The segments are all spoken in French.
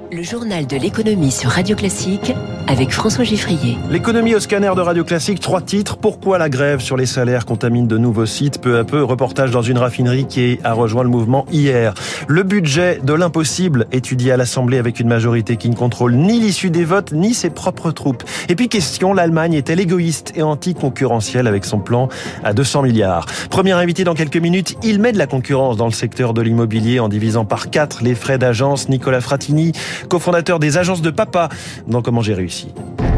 Le journal de l'économie sur Radio Classique avec François Giffrier. L'économie au scanner de Radio Classique, 3 titres. Pourquoi la grève sur les salaires contamine de nouveaux sites? Peu à peu, reportage dans une raffinerie qui a rejoint le mouvement hier. Le budget de l'impossible, étudié à l'Assemblée avec une majorité qui ne contrôle ni l'issue des votes, ni ses propres troupes. Et puis question, l'Allemagne est-elle égoïste et anticoncurrentielle avec son plan à 200 milliards? Premier invité dans quelques minutes, il met de la concurrence dans le secteur de l'immobilier en divisant par 4 les frais d'agence. Nicolas Frattini, cofondateur des agences de papa, dans Comment j'ai réussi.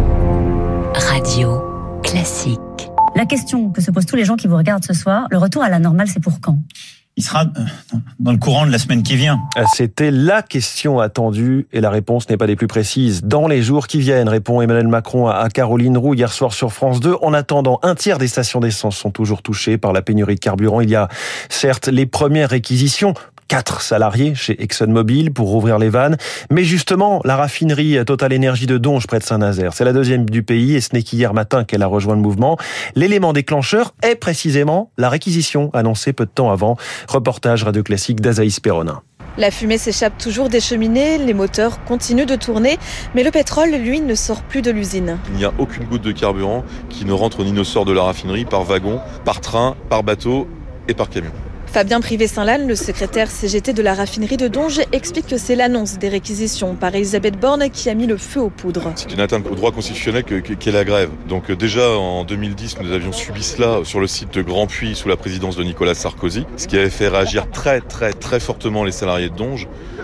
Radio Classique. La question que se posent tous les gens qui vous regardent ce soir, le retour à la normale, c'est pour quand ? Il sera dans le courant de la semaine qui vient. C'était la question attendue et la réponse n'est pas des plus précises. Dans les jours qui viennent, répond Emmanuel Macron à Caroline Roux hier soir sur France 2. En attendant, un tiers des stations d'essence sont toujours touchées par la pénurie de carburant. Il y a certes les premières réquisitions, 4 salariés chez ExxonMobil pour rouvrir les vannes. Mais justement, la raffinerie Total Énergie de Donges, près de Saint-Nazaire, c'est la deuxième du pays et ce n'est qu'hier matin qu'elle a rejoint le mouvement. L'élément déclencheur est précisément la réquisition annoncée peu de temps avant. Reportage Radio Classique d'Azaïs Perronin. La fumée s'échappe toujours des cheminées, les moteurs continuent de tourner, mais le pétrole, lui, ne sort plus de l'usine. Il n'y a aucune goutte de carburant qui ne rentre ni ne sort de la raffinerie par wagon, par train, par bateau et par camion. Fabien Privé-Saint-Lanne, le secrétaire CGT de la raffinerie de Donges, explique que c'est l'annonce des réquisitions par Elisabeth Borne qui a mis le feu aux poudres. C'est une atteinte au droit constitutionnel qu'est la grève. Donc déjà en 2010, nous avions subi cela sur le site de Grand Puy sous la présidence de Nicolas Sarkozy, ce qui avait fait réagir très fortement les salariés de Donges.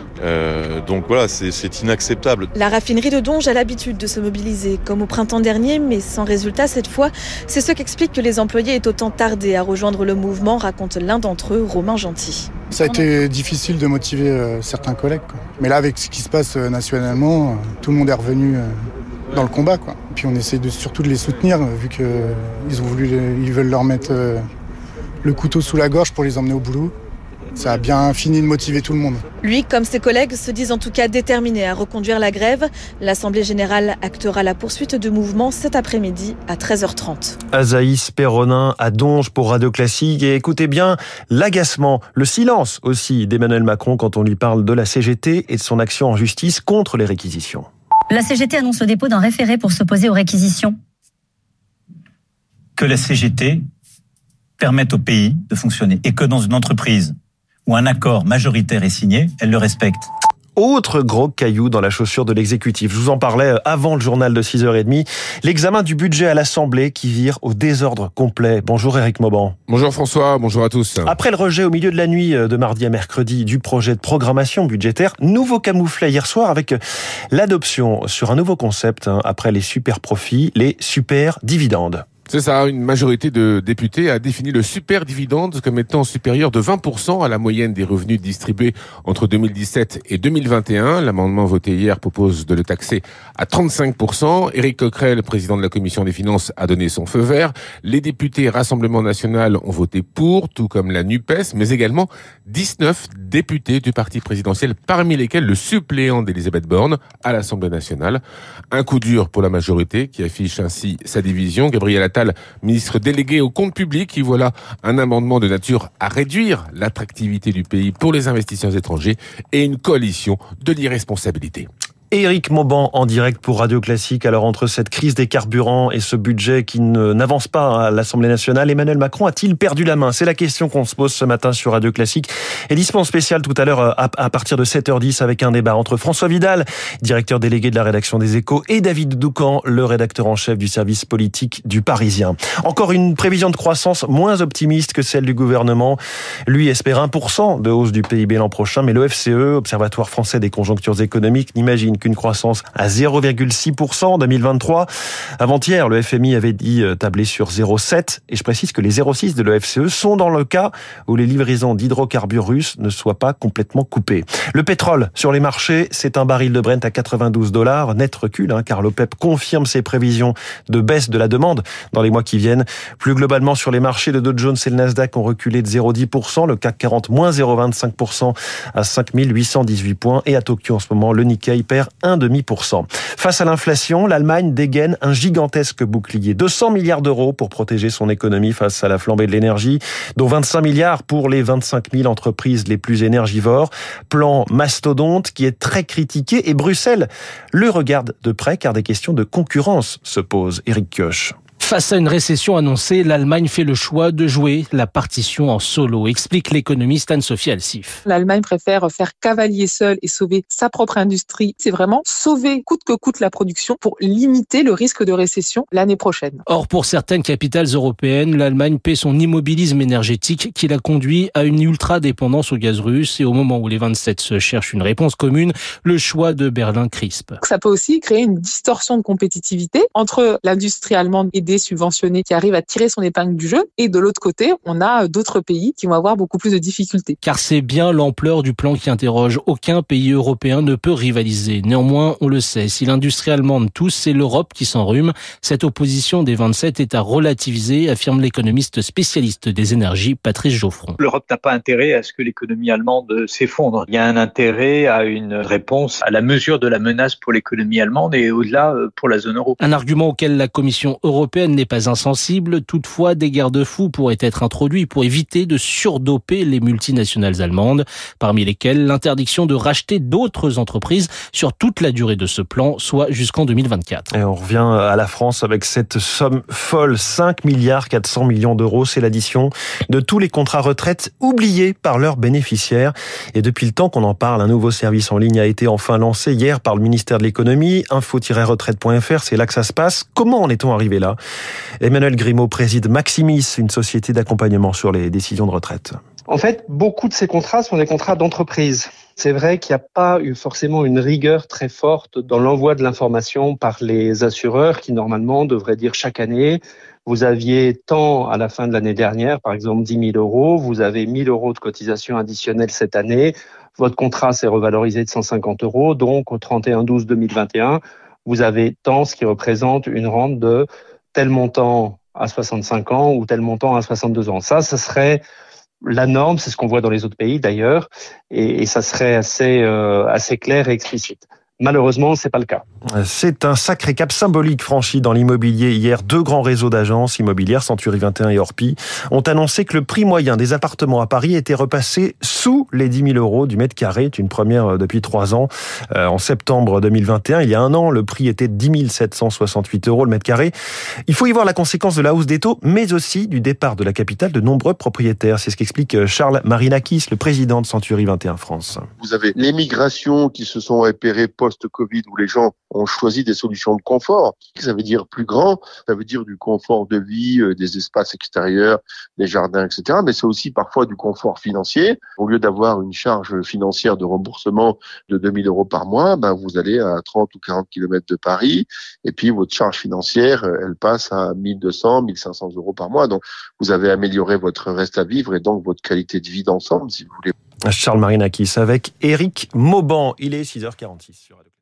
Donc voilà, c'est inacceptable. La raffinerie de Donges a l'habitude de se mobiliser, comme au printemps dernier, mais sans résultat cette fois. C'est ce qu'explique que les employés aient autant tardé à rejoindre le mouvement, raconte l'un d'entre eux, Romain Gentil. Ça a été difficile de motiver certains collègues, quoi. Mais là, avec ce qui se passe nationalement, tout le monde est revenu dans le combat, quoi. Et puis on essaie surtout de les soutenir, vu qu'ils veulent leur mettre le couteau sous la gorge pour les emmener au boulot. Ça a bien fini de motiver tout le monde. Lui, comme ses collègues, se disent en tout cas déterminés à reconduire la grève. L'Assemblée générale actera la poursuite du mouvement cet après-midi à 13h30. Azaïs Perronin à Donges pour Radio Classique. Et écoutez bien l'agacement, le silence aussi d'Emmanuel Macron quand on lui parle de la CGT et de son action en justice contre les réquisitions. La CGT annonce le dépôt d'un référé pour s'opposer aux réquisitions. Que la CGT permette au pays de fonctionner et que dans une entreprise où un accord majoritaire est signé, elle le respecte. Autre gros caillou dans la chaussure de l'exécutif. Je vous en parlais avant le journal de 6h30. L'examen du budget à l'Assemblée qui vire au désordre complet. Bonjour Éric Mauban. Bonjour François, bonjour à tous. Après le rejet au milieu de la nuit de mardi à mercredi du projet de programmation budgétaire, nouveau camouflet hier soir avec l'adoption sur un nouveau concept après les super profits, les super dividendes. C'est ça, une majorité de députés a défini le super dividende comme étant supérieur de 20% à la moyenne des revenus distribués entre 2017 et 2021. L'amendement voté hier propose de le taxer à 35%. Éric Coquerel, président de la commission des finances, a donné son feu vert. Les députés Rassemblement National ont voté pour, tout comme la NUPES, mais également 19 députés du parti présidentiel, parmi lesquels le suppléant d'Elisabeth Borne à l'Assemblée nationale. Un coup dur pour la majorité qui affiche ainsi sa division. Gabriel Attal, ministre délégué au compte public, y voilà un amendement de nature à réduire l'attractivité du pays pour les investisseurs étrangers et une coalition de l'irresponsabilité. Éric Mauban en direct pour Radio Classique. Alors entre cette crise des carburants et ce budget qui n'avance pas à l'Assemblée nationale, Emmanuel Macron a-t-il perdu la main? C'est la question qu'on se pose ce matin sur Radio Classique. Édition spéciale tout à l'heure à partir de 7h10 avec un débat entre François Vidal, directeur délégué de la rédaction des Échos, et David Doucan, le rédacteur en chef du service politique du Parisien. Encore une prévision de croissance moins optimiste que celle du gouvernement. Lui espère 1% de hausse du PIB l'an prochain, mais l'OFCE, Observatoire français des conjonctures économiques, n'imagine qu'une croissance à 0,6% en 2023. Avant-hier, le FMI avait dit tabler sur 0,7 et je précise que les 0,6 de l'OFCE sont dans le cas où les livraisons d'hydrocarbures russes ne soient pas complètement coupées. Le pétrole sur les marchés, c'est un baril de Brent à $92, net recul, car l'OPEP confirme ses prévisions de baisse de la demande dans les mois qui viennent. Plus globalement sur les marchés, le Dow Jones et le Nasdaq ont reculé de 0,10%, le CAC 40 moins 0,25% à 5818 points et à Tokyo en ce moment, le Nikkei perd perd 0,5%. Face à l'inflation, l'Allemagne dégaine un gigantesque bouclier. 200 milliards d'euros pour protéger son économie face à la flambée de l'énergie, dont 25 milliards pour les 25 000 entreprises les plus énergivores. Plan mastodonte qui est très critiqué et Bruxelles le regarde de près car des questions de concurrence se posent. Éric Kioch. Face à une récession annoncée, l'Allemagne fait le choix de jouer la partition en solo, explique l'économiste Anne-Sophie Alsif. L'Allemagne préfère faire cavalier seul et sauver sa propre industrie. C'est vraiment sauver coûte que coûte la production pour limiter le risque de récession l'année prochaine. Or, pour certaines capitales européennes, l'Allemagne paie son immobilisme énergétique qui l'a conduit à une ultra-dépendance au gaz russe. Et au moment où les 27 se cherchent une réponse commune, le choix de Berlin crispe. Ça peut aussi créer une distorsion de compétitivité entre l'industrie allemande et des subventionnés qui arrivent à tirer son épingle du jeu et de l'autre côté, on a d'autres pays qui vont avoir beaucoup plus de difficultés. Car c'est bien l'ampleur du plan qui interroge. Aucun pays européen ne peut rivaliser. Néanmoins, on le sait, si l'industrie allemande tousse, c'est l'Europe qui s'enrhume. Cette opposition des 27 est à relativiser, affirme l'économiste spécialiste des énergies, Patrice Geoffron. L'Europe n'a pas intérêt à ce que l'économie allemande s'effondre. Il y a un intérêt à une réponse à la mesure de la menace pour l'économie allemande et au-delà pour la zone euro. Un argument auquel la Commission européenne n'est pas insensible. Toutefois, des garde-fous pourraient être introduits pour éviter de surdoper les multinationales allemandes, parmi lesquelles l'interdiction de racheter d'autres entreprises sur toute la durée de ce plan, soit jusqu'en 2024. Et on revient à la France avec cette somme folle, 5 milliards 400 millions d'euros. C'est l'addition de tous les contrats retraite oubliés par leurs bénéficiaires. Et depuis le temps qu'on en parle, un nouveau service en ligne a été enfin lancé hier par le ministère de l'économie, info-retraite.fr, c'est là que ça se passe. Comment en est-on arrivé là ? Emmanuel Grimaud préside Maximis, une société d'accompagnement sur les décisions de retraite. En fait, beaucoup de ces contrats sont des contrats d'entreprise. C'est vrai qu'il n'y a pas eu forcément une rigueur très forte dans l'envoi de l'information par les assureurs qui, normalement, devraient dire chaque année, vous aviez tant à la fin de l'année dernière, par exemple 10 000 euros, vous avez 1 000 euros de cotisation additionnelle cette année, votre contrat s'est revalorisé de 150 euros, donc au 31/12/2021, vous avez tant, ce qui représente une rente de tel montant à 65 ans ou tel montant à 62 ans. Ça serait la norme, c'est ce qu'on voit dans les autres pays d'ailleurs, et ça serait assez clair et explicite. Malheureusement, c'est pas le cas. C'est un sacré cap symbolique franchi dans l'immobilier hier. 2 grands réseaux d'agences immobilières, Century 21 et Orpi, ont annoncé que le prix moyen des appartements à Paris était repassé sous les 10 000 euros du mètre carré. C'est une première depuis 3 ans. En septembre 2021, il y a un an, le prix était de 10 768 euros le mètre carré. Il faut y voir la conséquence de la hausse des taux, mais aussi du départ de la capitale de nombreux propriétaires. C'est ce qu'explique Charles Marinakis, le président de Century 21 France. Vous avez l'émigration qui se sont repérées post-Covid où les gens ont choisi des solutions de confort. Ça veut dire plus grand, ça veut dire du confort de vie, des espaces extérieurs, des jardins, etc. Mais c'est aussi parfois du confort financier. Au lieu d'avoir une charge financière de remboursement de 2 000 euros par mois, vous allez à 30 ou 40 kilomètres de Paris et puis votre charge financière, elle passe à 1 200, 1 500 euros par mois. Donc vous avez amélioré votre reste à vivre et donc votre qualité de vie d'ensemble, si vous voulez. Charles Marinakis avec Éric Mauban. Il est 6h46 sur Radio.